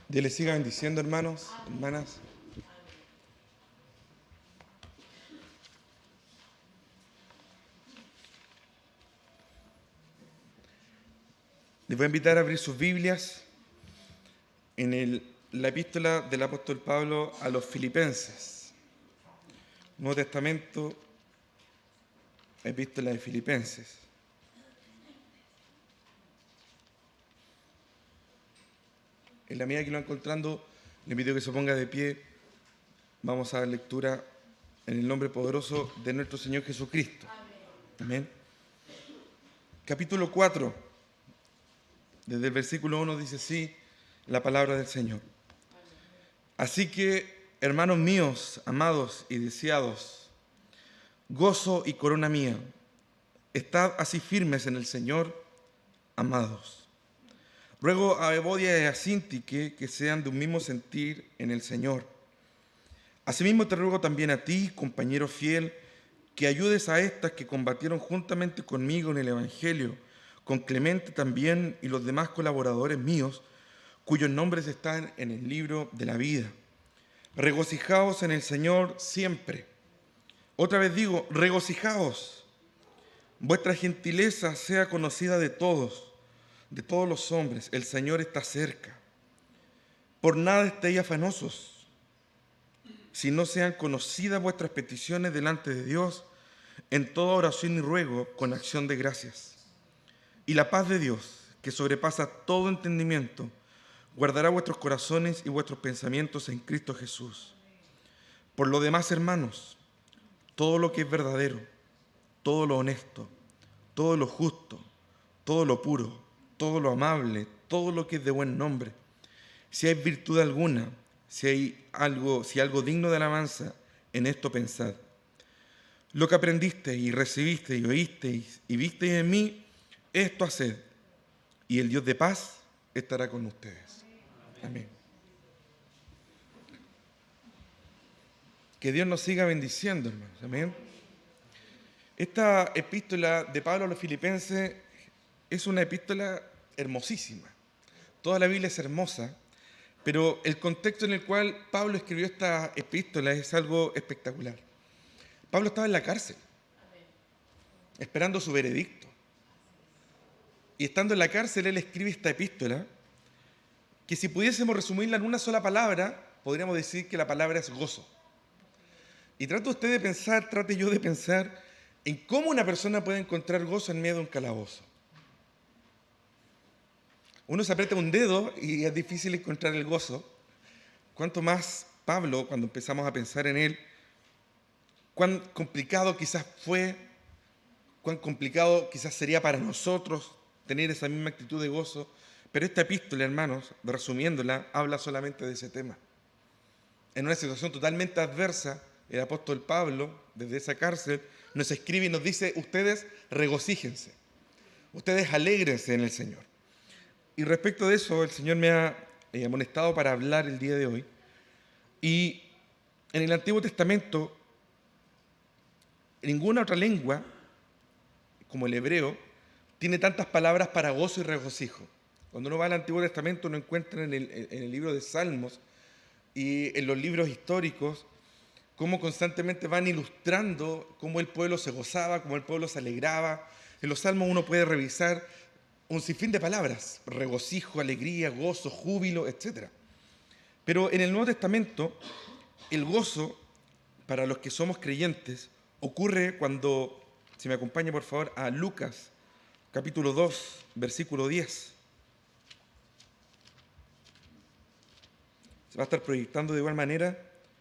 Dios les siga bendiciendo, hermanos, hermanas. Les voy a invitar a abrir sus Biblias en la epístola del apóstol Pablo a los Filipenses. Nuevo Testamento, epístola de Filipenses. En la medida que lo va encontrando, le pido que se ponga de pie. Vamos a dar lectura en el nombre poderoso de nuestro Señor Jesucristo. Amén. Capítulo 4, desde el versículo 1 dice así la palabra del Señor. Así que, hermanos míos, amados y deseados, gozo y corona mía, estad así firmes en el Señor, amados. Ruego a Evodia y a Síntique que sean de un mismo sentir en el Señor. Asimismo te ruego también a ti, compañero fiel, que ayudes a estas que combatieron juntamente conmigo en el Evangelio, con Clemente también y los demás colaboradores míos, cuyos nombres están en el libro de la vida. Regocijaos en el Señor siempre. Otra vez digo, regocijaos. Vuestra gentileza sea conocida de todos los hombres. El Señor está cerca. Por nada estéis afanosos, si no sean conocidas vuestras peticiones delante de Dios, en toda oración y ruego con acción de gracias. Y la paz de Dios, que sobrepasa todo entendimiento, guardará vuestros corazones y vuestros pensamientos en Cristo Jesús. Por lo demás, hermanos, todo lo que es verdadero, todo lo honesto, todo lo justo, todo lo puro, todo lo amable, todo lo que es de buen nombre, si hay virtud alguna, si algo digno de alabanza, en esto pensad. Lo que aprendisteis y recibisteis y oísteis y visteis en mí, esto haced, y el Dios de paz estará con ustedes. Amén. Que Dios nos siga bendiciendo, hermanos. Amén. Esta epístola de Pablo a los Filipenses es una epístola hermosísima. Toda la Biblia es hermosa, pero el contexto en el cual Pablo escribió esta epístola es algo espectacular. Pablo estaba en la cárcel, esperando su veredicto. Y estando en la cárcel, él escribe esta epístola, que si pudiésemos resumirla en una sola palabra, podríamos decir que la palabra es gozo. Y trate yo de pensar en cómo una persona puede encontrar gozo en medio de un calabozo. Uno se aprieta un dedo y es difícil encontrar el gozo. Cuanto más Pablo, cuando empezamos a pensar en él, cuán complicado quizás fue, cuán complicado quizás sería para nosotros tener esa misma actitud de gozo. Pero esta epístola, hermanos, resumiéndola, habla solamente de ese tema. En una situación totalmente adversa, el apóstol Pablo, desde esa cárcel, nos escribe y nos dice, ustedes regocíjense, ustedes alégrense en el Señor. Y respecto de eso, el Señor me ha amonestado para hablar el día de hoy. Y en el Antiguo Testamento, ninguna otra lengua, como el hebreo, tiene tantas palabras para gozo y regocijo. Cuando uno va al Antiguo Testamento, uno encuentra en el libro de Salmos y en los libros históricos cómo constantemente van ilustrando cómo el pueblo se gozaba, cómo el pueblo se alegraba. En los Salmos uno puede revisar un sinfín de palabras: regocijo, alegría, gozo, júbilo, etc. Pero en el Nuevo Testamento, el gozo, para los que somos creyentes, ocurre cuando, si me acompaña por favor, a Lucas, capítulo 2, versículo 10. Se va a estar proyectando de igual manera.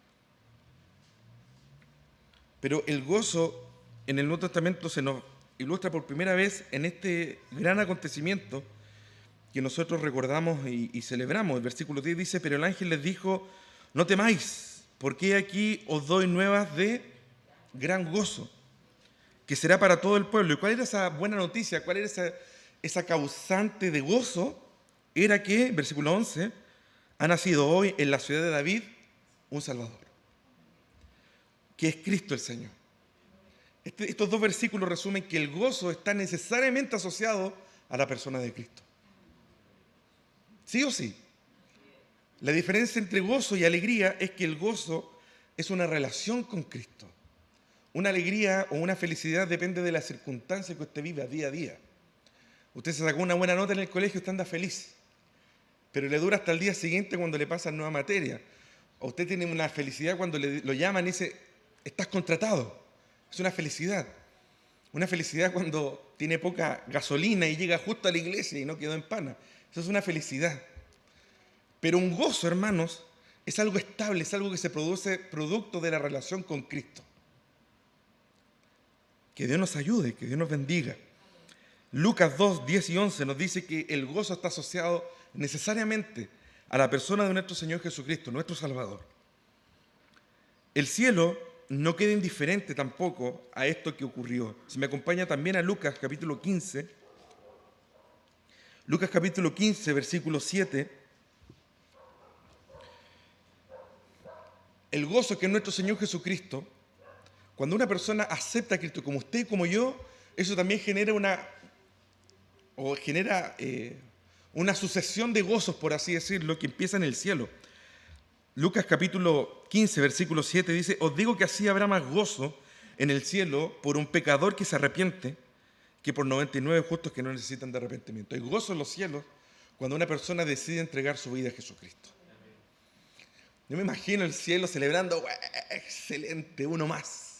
Pero el gozo en el Nuevo Testamento se nos ilustra por primera vez en este gran acontecimiento que nosotros recordamos y celebramos. El versículo 10 dice, pero el ángel les dijo, no temáis, porque aquí os doy nuevas de gran gozo, que será para todo el pueblo. ¿Y cuál era esa buena noticia? ¿Cuál era esa causante de gozo? Era que, versículo 11, ha nacido hoy en la ciudad de David un Salvador, que es Cristo el Señor. Estos dos versículos resumen que el gozo está necesariamente asociado a la persona de Cristo. ¿Sí o sí? La diferencia entre gozo y alegría es que el gozo es una relación con Cristo. Una alegría o una felicidad depende de las circunstancias que usted vive día a día. Usted se sacó una buena nota en el colegio, usted anda feliz, pero le dura hasta el día siguiente cuando le pasan nueva materia. O usted tiene una felicidad cuando lo llaman y dice, estás contratado. Es una felicidad. Una felicidad cuando tiene poca gasolina y llega justo a la iglesia y no quedó en pana. Eso es una felicidad. Pero un gozo, hermanos, es algo estable, es algo que se produce producto de la relación con Cristo. Que Dios nos ayude, que Dios nos bendiga. Lucas 2, 10 y 11 nos dice que el gozo está asociado necesariamente a la persona de nuestro Señor Jesucristo, nuestro Salvador. El cielo no queda indiferente tampoco a esto que ocurrió. Si me acompaña también a Lucas capítulo 15, Lucas capítulo 15, versículo 7. El gozo que es nuestro Señor Jesucristo, cuando una persona acepta a Cristo como usted y como yo, eso también genera una sucesión de gozos, por así decirlo, que empieza en el cielo. Lucas capítulo 15, versículo 7 dice, os digo que así habrá más gozo en el cielo por un pecador que se arrepiente que por 99 justos que no necesitan de arrepentimiento. Hay gozo en los cielos cuando una persona decide entregar su vida a Jesucristo. Yo me imagino el cielo celebrando, excelente, uno más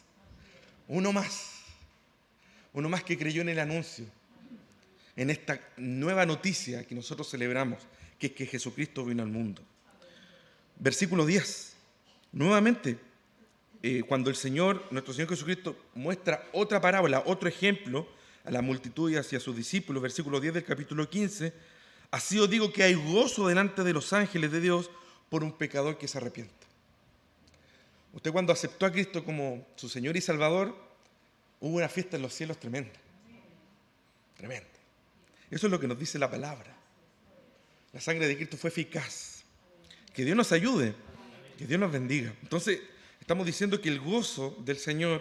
que creyó en el anuncio, en esta nueva noticia que nosotros celebramos, que es que Jesucristo vino al mundo. Versículo 10. Nuevamente, cuando el Señor, nuestro Señor Jesucristo, muestra otra parábola, otro ejemplo a la multitud y hacia sus discípulos, versículo 10 del capítulo 15, así os digo que hay gozo delante de los ángeles de Dios por un pecador que se arrepiente. Usted cuando aceptó a Cristo como su Señor y Salvador, hubo una fiesta en los cielos tremenda. Tremenda. Eso es lo que nos dice la palabra. La sangre de Cristo fue eficaz. Que Dios nos ayude, que Dios nos bendiga. Entonces, estamos diciendo que el gozo del Señor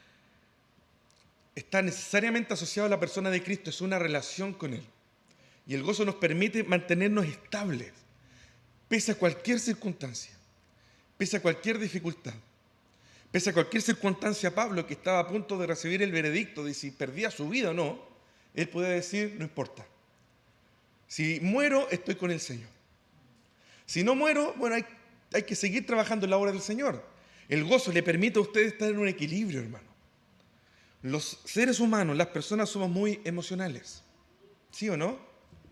está necesariamente asociado a la persona de Cristo, es una relación con Él. Y el gozo nos permite mantenernos estables, pese a cualquier circunstancia, pese a cualquier dificultad, pese a cualquier circunstancia. Pablo, que estaba a punto de recibir el veredicto de si perdía su vida o no, él podía decir, no importa. Si muero, estoy con el Señor. Si no muero, bueno, hay que seguir trabajando en la obra del Señor. El gozo le permite a usted estar en un equilibrio, hermano. Los seres humanos, las personas, somos muy emocionales. ¿Sí o no?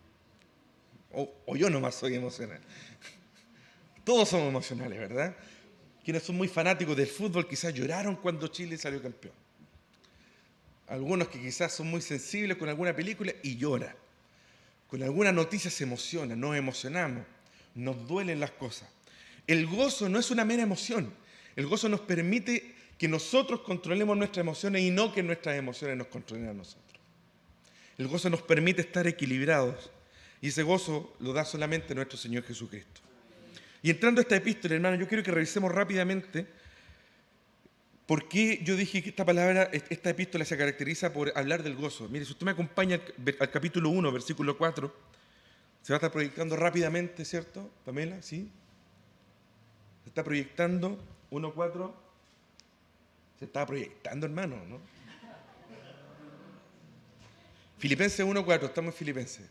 O yo nomás soy emocional. Todos somos emocionales, ¿verdad? Quienes son muy fanáticos del fútbol quizás lloraron cuando Chile salió campeón. Algunos que quizás son muy sensibles con alguna película y lloran. Con alguna noticia se emocionan, nos emocionamos. Nos duelen las cosas. El gozo no es una mera emoción. El gozo nos permite que nosotros controlemos nuestras emociones y no que nuestras emociones nos controlen a nosotros. El gozo nos permite estar equilibrados y ese gozo lo da solamente nuestro Señor Jesucristo. Y entrando a esta epístola, hermano, yo quiero que revisemos rápidamente por qué yo dije que esta epístola se caracteriza por hablar del gozo. Mire, si usted me acompaña al capítulo 1, versículo 4, se va a estar proyectando rápidamente, ¿cierto, Pamela? ¿Sí? Se está proyectando 1.4. Se está proyectando, hermano, ¿no? Filipenses 1.4, estamos en Filipenses.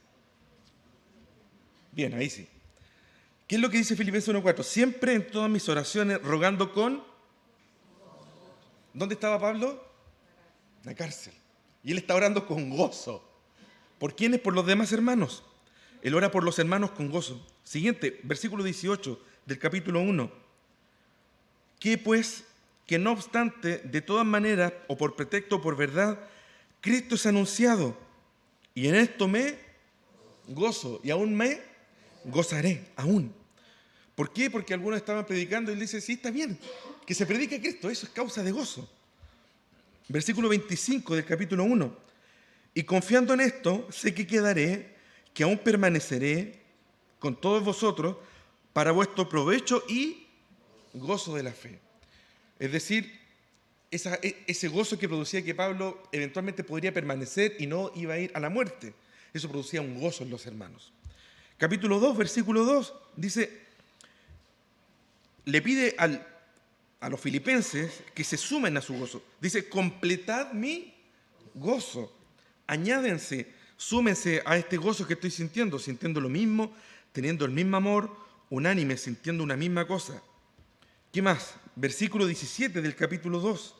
Bien, ahí sí. ¿Qué es lo que dice Filipenses 1.4? Siempre en todas mis oraciones rogando con... ¿Dónde estaba Pablo? En la cárcel. Y él está orando con gozo. ¿Por quiénes? Por los demás hermanos. Él ora por los hermanos con gozo. Siguiente, versículo 18 del capítulo 1. Que pues, que no obstante, de todas maneras, o por pretexto o por verdad, Cristo es anunciado. Y en esto me gozo. Y aún me gozaré, aún. ¿Por qué? Porque algunos estaban predicando y él dice, sí, está bien, que se predique Cristo, eso es causa de gozo. Versículo 25 del capítulo 1. Y confiando en esto, sé que quedaré, que aún permaneceré con todos vosotros para vuestro provecho y gozo de la fe. Es decir, ese gozo que producía que Pablo eventualmente podría permanecer y no iba a ir a la muerte. Eso producía un gozo en los hermanos. Capítulo 2, versículo 2, dice, le pide a los filipenses que se sumen a su gozo. Dice, completad mi gozo. Añádense, súmense a este gozo que estoy sintiendo lo mismo, teniendo el mismo amor, unánime, sintiendo una misma cosa. ¿Qué más? Versículo 17 del capítulo 2.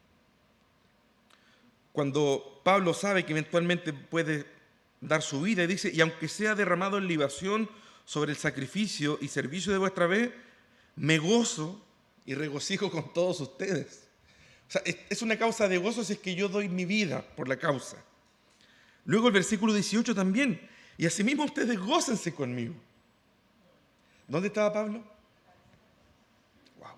Cuando Pablo sabe que eventualmente puede dar su vida, y dice, y aunque sea derramado en libación sobre el sacrificio y servicio de vuestra fe, me gozo y regocijo con todos ustedes. O sea, es una causa de gozo si es que yo doy mi vida por la causa. Luego el versículo 18 también, y asimismo ustedes gócense conmigo. ¿Dónde estaba Pablo? Wow.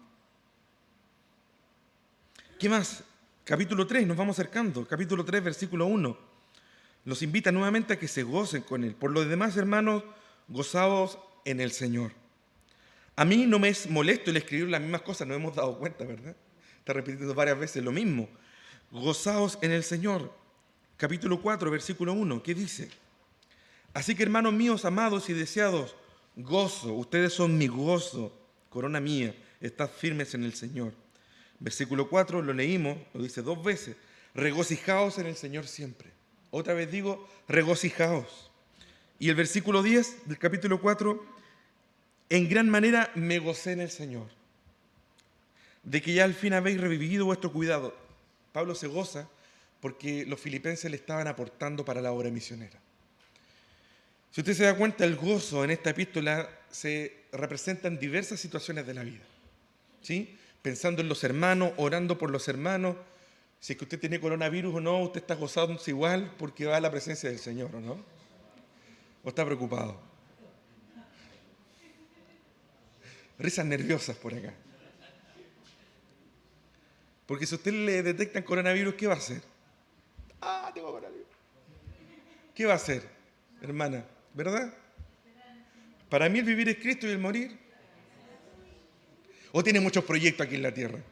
¿Qué más? Capítulo 3, nos vamos acercando. Capítulo 3, versículo 1. Los invita nuevamente a que se gocen con él. Por lo demás, hermanos, gozaos en el Señor. A mí no me es molesto el escribir las mismas cosas, nos hemos dado cuenta, ¿verdad? Está repitiendo varias veces lo mismo. Gozaos en el Señor. Capítulo 4, versículo 1, ¿qué dice? Así que, hermanos míos, amados y deseados, gozo, ustedes son mi gozo, corona mía, estad firmes en el Señor. Versículo 4, lo leímos, lo dice 2 veces, regocijaos en el Señor siempre. Otra vez digo, regocijaos. Y el versículo 10 del capítulo 4, en gran manera me gocé en el Señor, de que ya al fin habéis revivido vuestro cuidado. Pablo se goza porque los filipenses le estaban aportando para la obra misionera. Si usted se da cuenta, el gozo en esta epístola se representa en diversas situaciones de la vida, ¿sí? Pensando en los hermanos, orando por los hermanos. Si es que usted tiene coronavirus o no, usted está gozándose igual porque va a la presencia del Señor, ¿o no? ¿O está preocupado? Risas nerviosas por acá. Porque si a usted le detectan coronavirus, ¿qué va a hacer? Ah, tengo coronavirus. ¿Qué va a hacer, hermana? ¿Verdad? Para mí el vivir es Cristo y el morir. ¿O tiene muchos proyectos aquí en la tierra?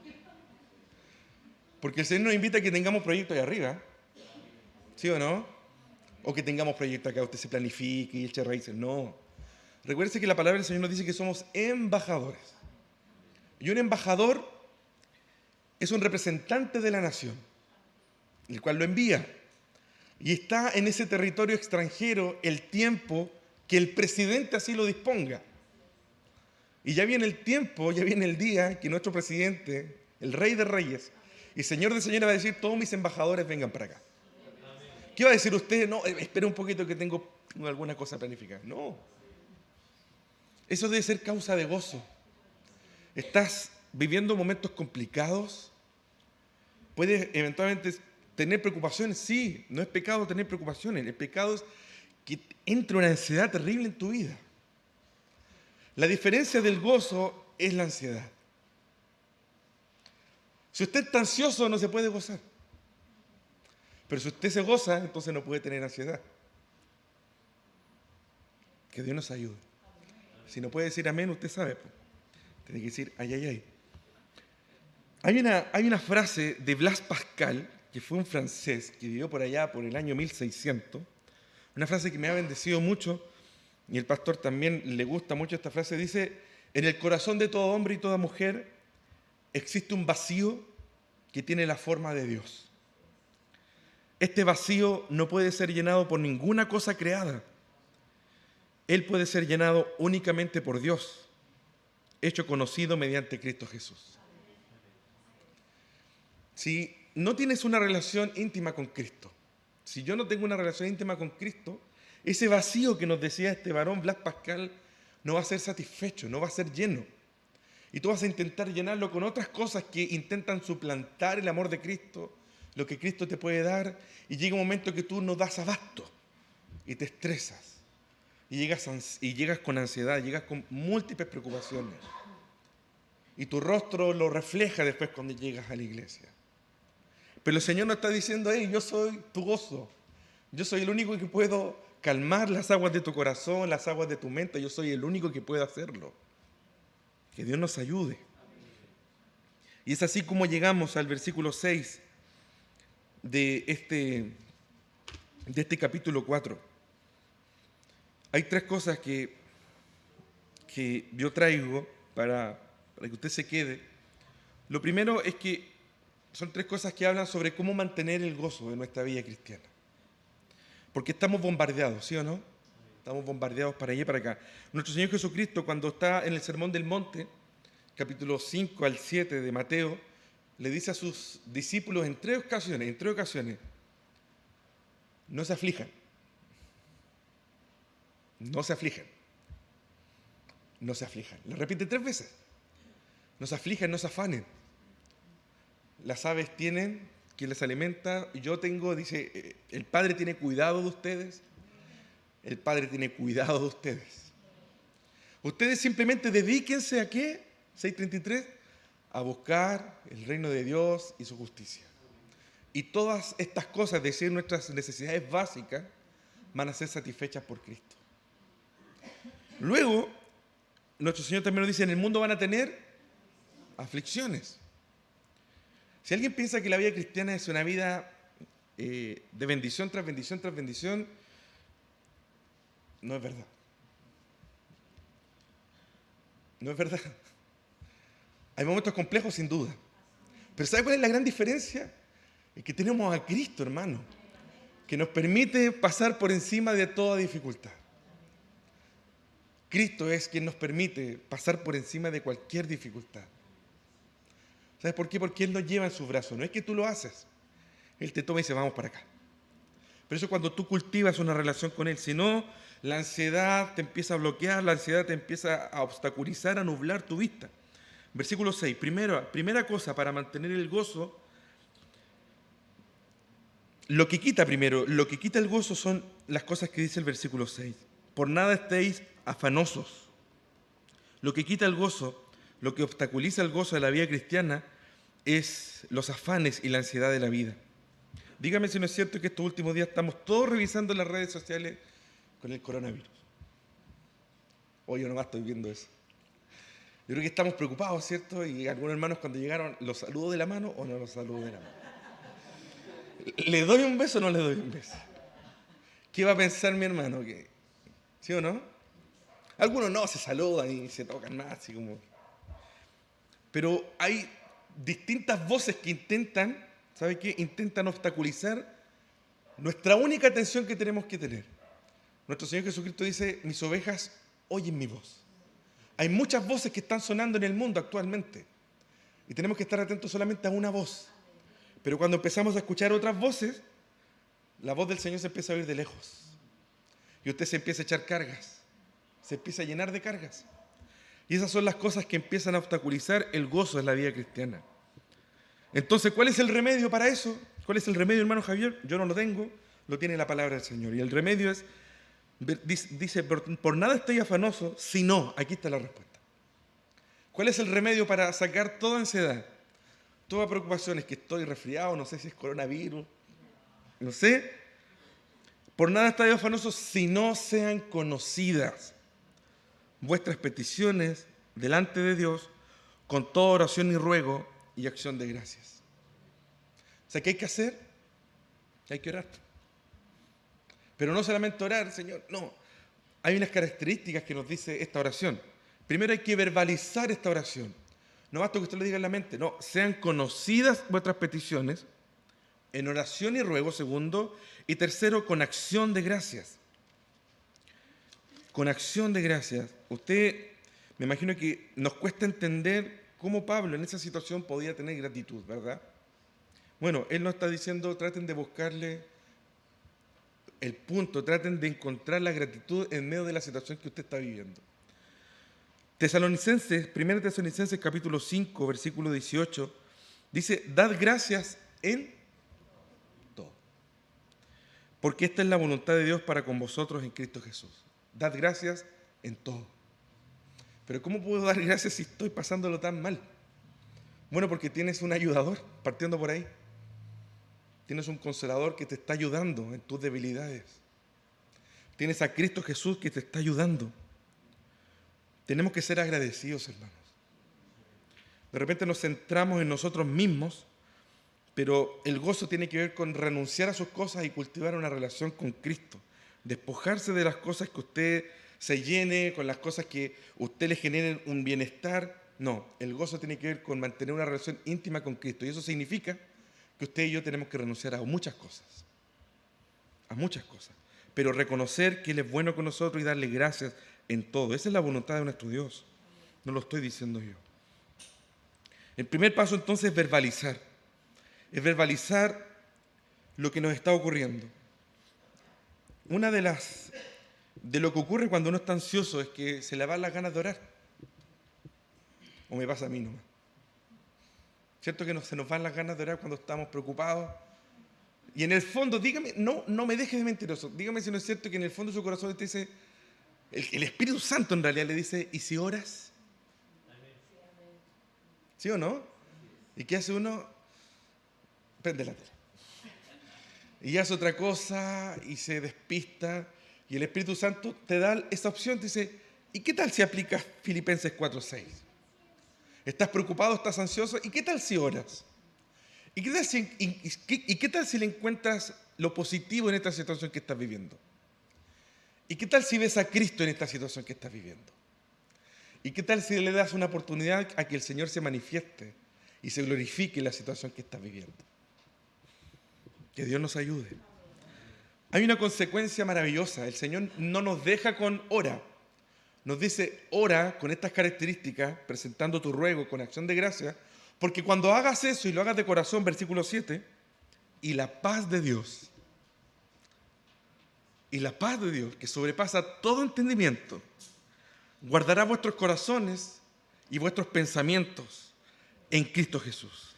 Porque el Señor nos invita a que tengamos proyectos ahí arriba. ¿Sí o no? O que tengamos proyectos acá, usted se planifique y eche raíces. No. Recuerde que la palabra del Señor nos dice que somos embajadores. Y un embajador es un representante de la nación, el cual lo envía. Y está en ese territorio extranjero el tiempo que el presidente así lo disponga. Y ya viene el tiempo, ya viene el día que nuestro presidente, el Rey de Reyes y Señor de Señores, va a decir, todos mis embajadores vengan para acá. ¿Qué va a decir usted? No, espera un poquito que tengo alguna cosa planificada. No. Eso debe ser causa de gozo. Estás viviendo momentos complicados. Puedes eventualmente tener preocupaciones. Sí, no es pecado tener preocupaciones. El pecado es que entre una ansiedad terrible en tu vida. La diferencia del gozo es la ansiedad. Si usted está ansioso, no se puede gozar. Pero si usted se goza, entonces no puede tener ansiedad. Que Dios nos ayude. Si no puede decir amén, usted sabe. Tiene que decir ay, ay, ay. Hay una frase de Blaise Pascal, que fue un francés que vivió por allá por el año 1600. Una frase que me ha bendecido mucho. Y el pastor también le gusta mucho esta frase. Dice, en el corazón de todo hombre y toda mujer existe un vacío que tiene la forma de Dios. Este vacío no puede ser llenado por ninguna cosa creada. Él puede ser llenado únicamente por Dios, hecho conocido mediante Cristo Jesús. Si no tienes una relación íntima con Cristo, si yo no tengo una relación íntima con Cristo, ese vacío que nos decía este varón Blaise Pascal no va a ser satisfecho, no va a ser lleno. Y tú vas a intentar llenarlo con otras cosas que intentan suplantar el amor de Cristo, lo que Cristo te puede dar, y llega un momento que tú no das abasto y te estresas. Y llegas con ansiedad, llegas con múltiples preocupaciones. Y tu rostro lo refleja después cuando llegas a la iglesia. Pero el Señor nos está diciendo, hey, yo soy tu gozo. Yo soy el único que puedo calmar las aguas de tu corazón, las aguas de tu mente. Yo soy el único que puede hacerlo. Que Dios nos ayude. Y es así como llegamos al versículo 6 de este capítulo 4. Hay 3 cosas que yo traigo para que usted se quede. Lo primero es que son 3 cosas que hablan sobre cómo mantener el gozo de nuestra vida cristiana. Porque estamos bombardeados, ¿sí o no? Estamos bombardeados para allá y para acá. Nuestro Señor Jesucristo, cuando está en el Sermón del Monte, capítulo 5 al 7 de Mateo, le dice a sus discípulos en 3 ocasiones, no se aflijan. No se aflijan. No se aflijan. Lo repite 3 veces. No se aflijan, no se afanen. Las aves tienen quien les alimenta. Yo tengo, dice, el Padre tiene cuidado de ustedes. El Padre tiene cuidado de ustedes. Ustedes simplemente dedíquense ¿a qué? 6:33. A buscar el reino de Dios y su justicia. Y todas estas cosas, es decir, nuestras necesidades básicas, van a ser satisfechas por Cristo. Luego, nuestro Señor también nos dice, en el mundo van a tener aflicciones. Si alguien piensa que la vida cristiana es una vida de bendición tras bendición tras bendición, no es verdad. No es verdad. Hay momentos complejos sin duda. Pero ¿sabe cuál es la gran diferencia? Es que tenemos a Cristo, hermano, que nos permite pasar por encima de toda dificultad. Cristo es quien nos permite pasar por encima de cualquier dificultad. ¿Sabes por qué? Porque Él nos lleva en sus brazos. No es que tú lo haces. Él te toma y dice, vamos para acá. Pero eso es cuando tú cultivas una relación con Él. Si no, la ansiedad te empieza a bloquear, la ansiedad te empieza a obstaculizar, a nublar tu vista. Versículo 6. Primera cosa para mantener el gozo. Lo que quita el gozo son las cosas que dice el versículo 6. Por nada estéis afanosos. Lo que quita el gozo, lo que obstaculiza el gozo de la vida cristiana es los afanes y la ansiedad de la vida. Dígame si no es cierto que estos últimos días estamos todos revisando las redes sociales con el coronavirus. Hoy yo nomás estoy viendo eso. Yo creo que estamos preocupados, ¿cierto? Y algunos hermanos cuando llegaron, ¿los saludo de la mano o no los saludo de la mano? ¿Le doy un beso o no le doy un beso? ¿Qué va a pensar mi hermano? ¿Sí o no? Algunos no, se saludan y se tocan más, así como... Pero hay distintas voces que intentan, ¿sabe qué? Intentan obstaculizar nuestra única atención que tenemos que tener. Nuestro Señor Jesucristo dice, mis ovejas oyen mi voz. Hay muchas voces que están sonando en el mundo actualmente y tenemos que estar atentos solamente a una voz. Pero cuando empezamos a escuchar otras voces, la voz del Señor se empieza a oír de lejos y usted se empieza a echar cargas, se empieza a llenar de cargas. Y esas son las cosas que empiezan a obstaculizar el gozo de la vida cristiana. Entonces, ¿cuál es el remedio para eso? ¿Cuál es el remedio, hermano Javier? Yo no lo tengo, lo tiene la palabra del Señor. Y el remedio es, dice, por nada estoy afanoso, sino, aquí está la respuesta. ¿Cuál es el remedio para sacar toda ansiedad? Toda preocupación, es que estoy resfriado, no sé si es coronavirus, no sé. Por nada estoy afanoso, si no sean conocidas vuestras peticiones delante de Dios con toda oración y ruego y acción de gracias. O sea, ¿qué hay que hacer? Hay que orar. Pero no solamente orar, Señor, no. Hay unas características que nos dice esta oración. Primero hay que verbalizar esta oración. No basta que usted lo diga en la mente, no. Sean conocidas vuestras peticiones en oración y ruego, segundo. Y tercero, con acción de gracias. Con acción de gracias. Usted, me imagino que nos cuesta entender cómo Pablo en esa situación podía tener gratitud, ¿verdad? Bueno, él nos está diciendo, traten de buscarle el punto, traten de encontrar la gratitud en medio de la situación que usted está viviendo. 1 Tesalonicenses capítulo 5, versículo 18, dice, dad gracias en todo, porque esta es la voluntad de Dios para con vosotros en Cristo Jesús. Dad gracias en todo. Pero ¿cómo puedo dar gracias si estoy pasándolo tan mal? Bueno, porque tienes un ayudador, partiendo por ahí. Tienes un consolador que te está ayudando en tus debilidades. Tienes a Cristo Jesús que te está ayudando. Tenemos que ser agradecidos, hermanos. De repente nos centramos en nosotros mismos, pero el gozo tiene que ver con renunciar a sus cosas y cultivar una relación con Cristo. Despojarse de las cosas que usted se llene con las cosas que a usted le generen un bienestar. No, el gozo tiene que ver con mantener una relación íntima con Cristo. Y eso significa que usted y yo tenemos que renunciar a muchas cosas. A muchas cosas. Pero reconocer que Él es bueno con nosotros y darle gracias en todo. Esa es la voluntad de nuestro Dios. No lo estoy diciendo yo. El primer paso entonces es verbalizar. Es verbalizar lo que nos está ocurriendo. Una de lo que ocurre cuando uno está ansioso es que se le van las ganas de orar. O me pasa a mí nomás. ¿Cierto que se nos van las ganas de orar cuando estamos preocupados? Y en el fondo, dígame, no me deje de mentiroso, dígame si no es cierto que en el fondo de su corazón te dice, el Espíritu Santo en realidad le dice, ¿y si oras? ¿Sí o no? ¿Y qué hace uno? Prende la tele. Y hace otra cosa y se despista. Y el Espíritu Santo te da esa opción, te dice, ¿y qué tal si aplicas Filipenses 4:6? ¿Estás preocupado, estás ansioso? ¿Y qué tal si oras? ¿Y qué tal si le encuentras lo positivo en esta situación que estás viviendo? ¿Y qué tal si ves a Cristo en esta situación que estás viviendo? ¿Y qué tal si le das una oportunidad a que el Señor se manifieste y se glorifique en la situación que estás viviendo? Que Dios nos ayude. Hay una consecuencia maravillosa. El Señor no nos deja con ora. Nos dice, ora con estas características, presentando tu ruego con acción de gracia, porque cuando hagas eso y lo hagas de corazón, versículo 7, y la paz de Dios, que sobrepasa todo entendimiento, guardará vuestros corazones y vuestros pensamientos en Cristo Jesús.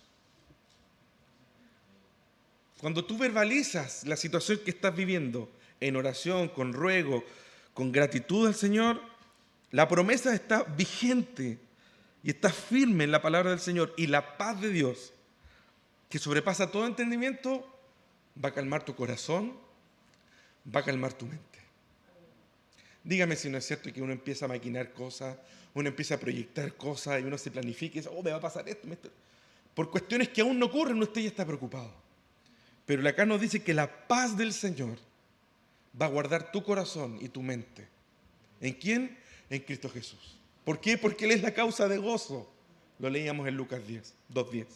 Cuando tú verbalizas la situación que estás viviendo en oración, con ruego, con gratitud al Señor, la promesa está vigente y está firme en la palabra del Señor. Y la paz de Dios, que sobrepasa todo entendimiento, va a calmar tu corazón, va a calmar tu mente. Dígame si no es cierto que uno empieza a maquinar cosas, uno empieza a proyectar cosas y uno se planifica y dice, me va a pasar esto. Por cuestiones que aún no ocurren, usted ya está preocupado. Pero acá nos dice que la paz del Señor va a guardar tu corazón y tu mente. ¿En quién? En Cristo Jesús. ¿Por qué? Porque Él es la causa de gozo. Lo leíamos en Lucas 2:10.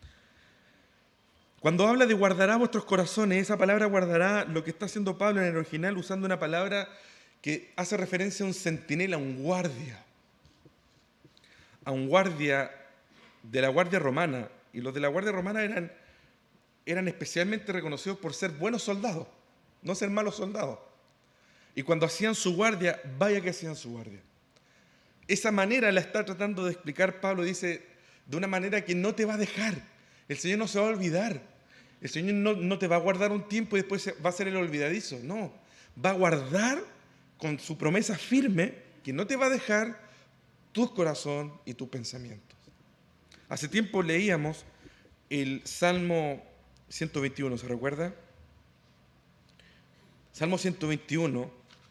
Cuando habla de guardará vuestros corazones, esa palabra guardará, lo que está haciendo Pablo en el original, usando una palabra que hace referencia a un centinela, a un guardia de la guardia romana. Y los de la guardia romana eran especialmente reconocidos por ser buenos soldados, no ser malos soldados. Y cuando hacían su guardia, vaya que hacían su guardia. Esa manera la está tratando de explicar Pablo, dice, de una manera que no te va a dejar. El Señor no se va a olvidar. El Señor no te va a guardar un tiempo y después va a ser el olvidadizo. No, va a guardar con su promesa firme que no te va a dejar tu corazón y tus pensamientos. Hace tiempo leíamos el Salmo 121, ¿se recuerda? Salmo 121.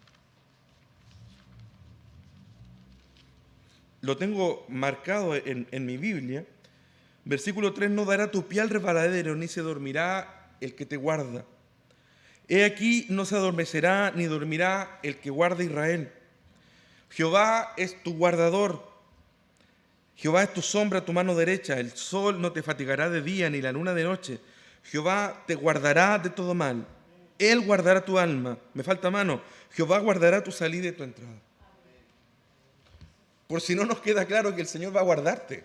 Lo tengo marcado en mi Biblia. Versículo 3, no dará tu pie al resbaladero, ni se dormirá el que te guarda. He aquí, no se adormecerá, ni dormirá el que guarda Israel. Jehová es tu guardador. Jehová es tu sombra, tu mano derecha. El sol no te fatigará de día, ni la luna de noche. Jehová te guardará de todo mal. Él guardará tu alma. Me falta mano. Jehová guardará tu salida y tu entrada. Por si no nos queda claro que el Señor va a guardarte.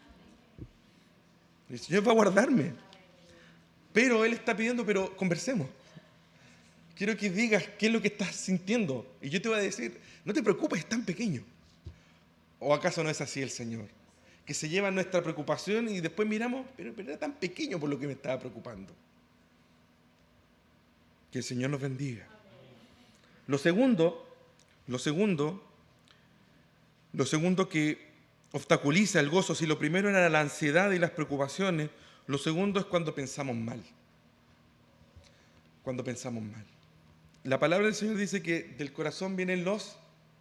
El Señor va a guardarme. Pero Él está pidiendo, pero conversemos. Quiero que digas qué es lo que estás sintiendo. Y yo te voy a decir, no te preocupes, es tan pequeño. ¿O acaso no es así el Señor? Que se lleva nuestra preocupación y después miramos, pero era tan pequeño por lo que me estaba preocupando. Que el Señor nos bendiga. Lo segundo que obstaculiza el gozo, si lo primero era la ansiedad y las preocupaciones, lo segundo es cuando pensamos mal. Cuando pensamos mal. La palabra del Señor dice que del corazón vienen los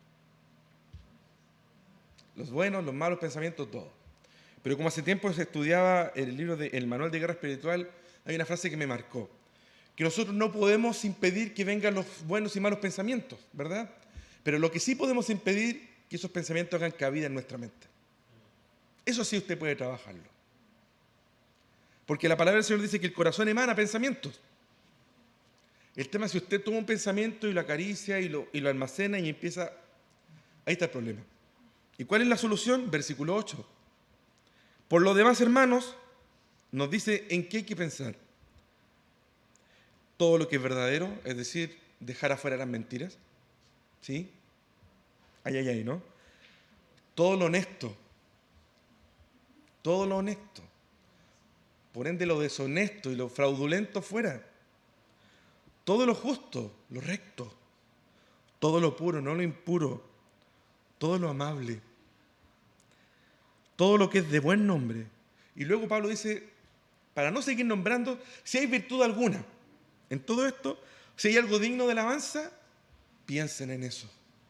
buenos, los malos pensamientos, todo. Pero como hace tiempo se estudiaba el libro el Manual de Guerra Espiritual, hay una frase que me marcó, que nosotros no podemos impedir que vengan los buenos y malos pensamientos, ¿verdad? Pero lo que sí podemos impedir que esos pensamientos hagan cabida en nuestra mente. Eso sí usted puede trabajarlo. Porque la palabra del Señor dice que el corazón emana pensamientos. El tema es si usted toma un pensamiento y lo acaricia y lo almacena y empieza... Ahí está el problema. ¿Y cuál es la solución? Versículo 8. Por lo demás, hermanos, nos dice en qué hay que pensar. Todo lo que es verdadero, es decir, dejar afuera las mentiras. ¿Sí? Ay, ¿no? Todo lo honesto. Todo lo honesto. Por ende, lo deshonesto y lo fraudulento fuera. Todo lo justo, lo recto. Todo lo puro, no lo impuro. Todo lo amable. Todo lo que es de buen nombre. Y luego Pablo dice, para no seguir nombrando, si hay virtud alguna en todo esto, si hay algo digno de alabanza, piensen en eso.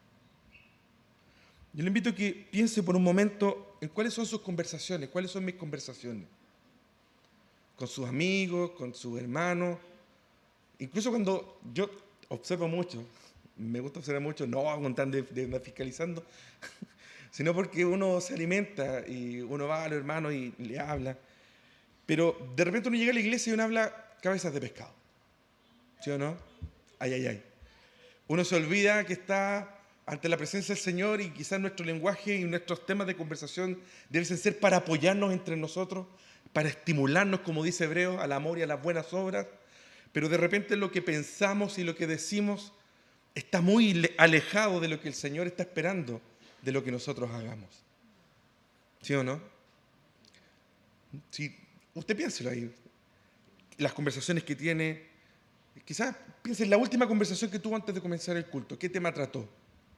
Yo le invito a que piense por un momento en cuáles son sus conversaciones, cuáles son mis conversaciones. Con sus amigos, con sus hermanos. Incluso cuando yo observo mucho, me gusta observar mucho, no con tan de fiscalizando, sino porque uno se alimenta y uno va a los hermanos y le habla. Pero de repente uno llega a la iglesia y uno habla cabezas de pescado. ¿Sí o no? Ay. Uno se olvida que está ante la presencia del Señor y quizás nuestro lenguaje y nuestros temas de conversación deben ser para apoyarnos entre nosotros, para estimularnos, como dice Hebreos, al amor y a las buenas obras. Pero de repente lo que pensamos y lo que decimos está muy alejado de lo que el Señor está esperando de lo que nosotros hagamos. ¿Sí o no? Sí, usted piénselo ahí. Las conversaciones que tiene, quizás piense en la última conversación que tuvo antes de comenzar el culto. ¿Qué tema trató?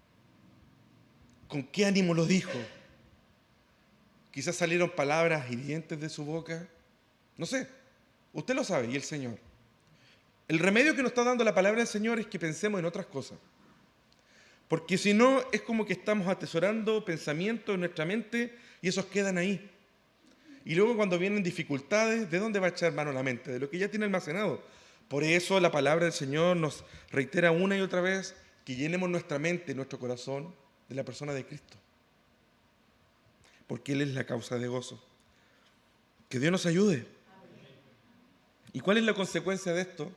¿Con qué ánimo lo dijo? Quizás salieron palabras hirientes de su boca. No sé, usted lo sabe y el Señor. El remedio que nos está dando la palabra del Señor es que pensemos en otras cosas. Porque si no, es como que estamos atesorando pensamientos en nuestra mente y esos quedan ahí. Y luego cuando vienen dificultades, ¿de dónde va a echar mano la mente? De lo que ya tiene almacenado. Por eso la palabra del Señor nos reitera una y otra vez que llenemos nuestra mente, nuestro corazón de la persona de Cristo. Porque Él es la causa de gozo. Que Dios nos ayude. ¿Y cuál es la consecuencia de esto?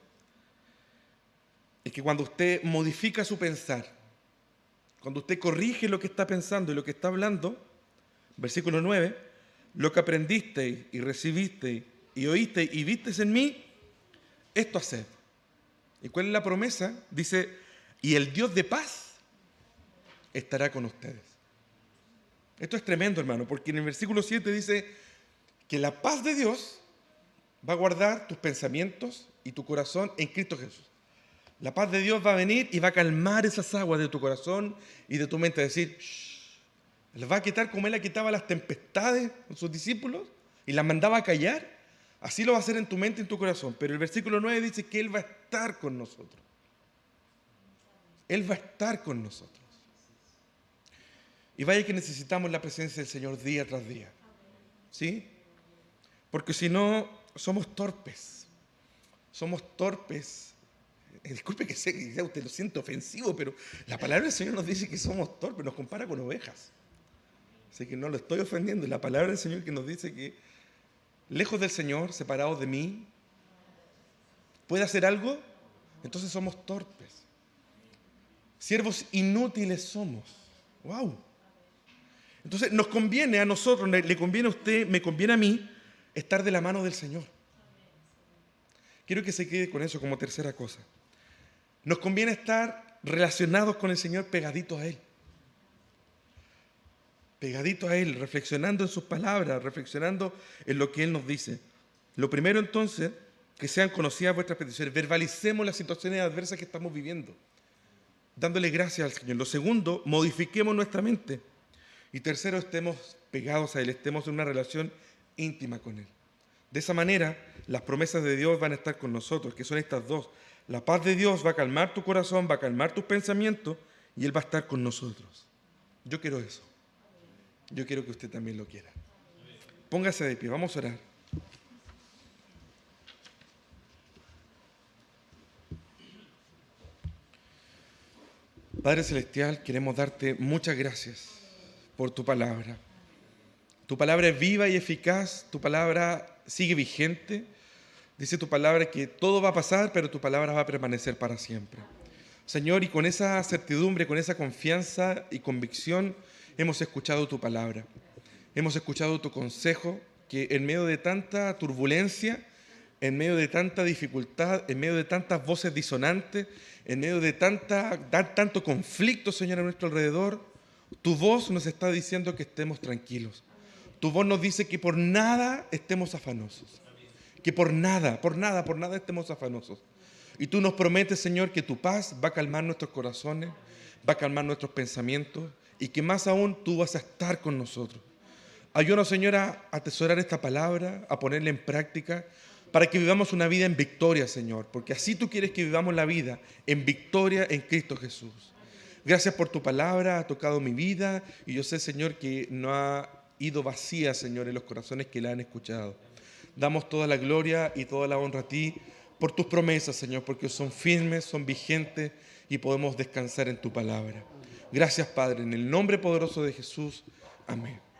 Es que cuando usted modifica su pensar, cuando usted corrige lo que está pensando y lo que está hablando, versículo 9, lo que aprendisteis y recibisteis y oísteis y visteis en mí, esto haced. ¿Y cuál es la promesa? Dice, y el Dios de paz estará con ustedes. Esto es tremendo, hermano, porque en el versículo 7 dice que la paz de Dios va a guardar tus pensamientos y tu corazón en Cristo Jesús. La paz de Dios va a venir y va a calmar esas aguas de tu corazón y de tu mente. Decir, les va a quitar como Él le quitaba las tempestades a sus discípulos y las mandaba a callar. Así lo va a hacer en tu mente y en tu corazón. Pero el versículo 9 dice que Él va a estar con nosotros. Él va a estar con nosotros. Y vaya que necesitamos la presencia del Señor día tras día. ¿Sí? Porque si no, somos torpes. Somos torpes. Disculpe que sé que usted lo siente ofensivo, pero la palabra del Señor nos dice que somos torpes, nos compara con ovejas. Así que no lo estoy ofendiendo. La palabra del Señor que nos dice que lejos del Señor, separados de mí, ¿puede hacer algo? Entonces somos torpes. Siervos inútiles somos. ¡Wow! Entonces nos conviene a nosotros, le conviene a usted, me conviene a mí, estar de la mano del Señor. Quiero que se quede con eso como tercera cosa. Nos conviene estar relacionados con el Señor, pegaditos a Él. Pegaditos a Él, reflexionando en sus palabras, reflexionando en lo que Él nos dice. Lo primero entonces, que sean conocidas vuestras peticiones. Verbalicemos las situaciones adversas que estamos viviendo, dándole gracias al Señor. Lo segundo, modifiquemos nuestra mente. Y tercero, estemos pegados a Él, estemos en una relación íntima con Él. De esa manera, las promesas de Dios van a estar con nosotros, que son estas dos. La paz de Dios va a calmar tu corazón, va a calmar tus pensamientos y Él va a estar con nosotros. Yo quiero eso. Yo quiero que usted también lo quiera. Póngase de pie, vamos a orar. Padre Celestial, queremos darte muchas gracias por tu palabra. Tu palabra es viva y eficaz, tu palabra sigue vigente. Dice tu palabra que todo va a pasar, pero tu palabra va a permanecer para siempre. Señor, y con esa certidumbre, con esa confianza y convicción, hemos escuchado tu palabra. Hemos escuchado tu consejo, que en medio de tanta turbulencia, en medio de tanta dificultad, en medio de tantas voces disonantes, en medio de tanto conflicto, Señor, a nuestro alrededor, tu voz nos está diciendo que estemos tranquilos. Tu voz nos dice que por nada estemos afanosos. Que por nada estemos afanosos. Y tú nos prometes, Señor, que tu paz va a calmar nuestros corazones, va a calmar nuestros pensamientos y que más aún tú vas a estar con nosotros. Ayúdanos, Señor, a atesorar esta palabra, a ponerla en práctica, para que vivamos una vida en victoria, Señor, porque así tú quieres que vivamos la vida en victoria en Cristo Jesús. Gracias por tu palabra, ha tocado mi vida y yo sé, Señor, que no ha ido vacía, Señor, en los corazones que la han escuchado. Damos toda la gloria y toda la honra a ti por tus promesas, Señor, porque son firmes, son vigentes y podemos descansar en tu palabra. Gracias, Padre, en el nombre poderoso de Jesús. Amén.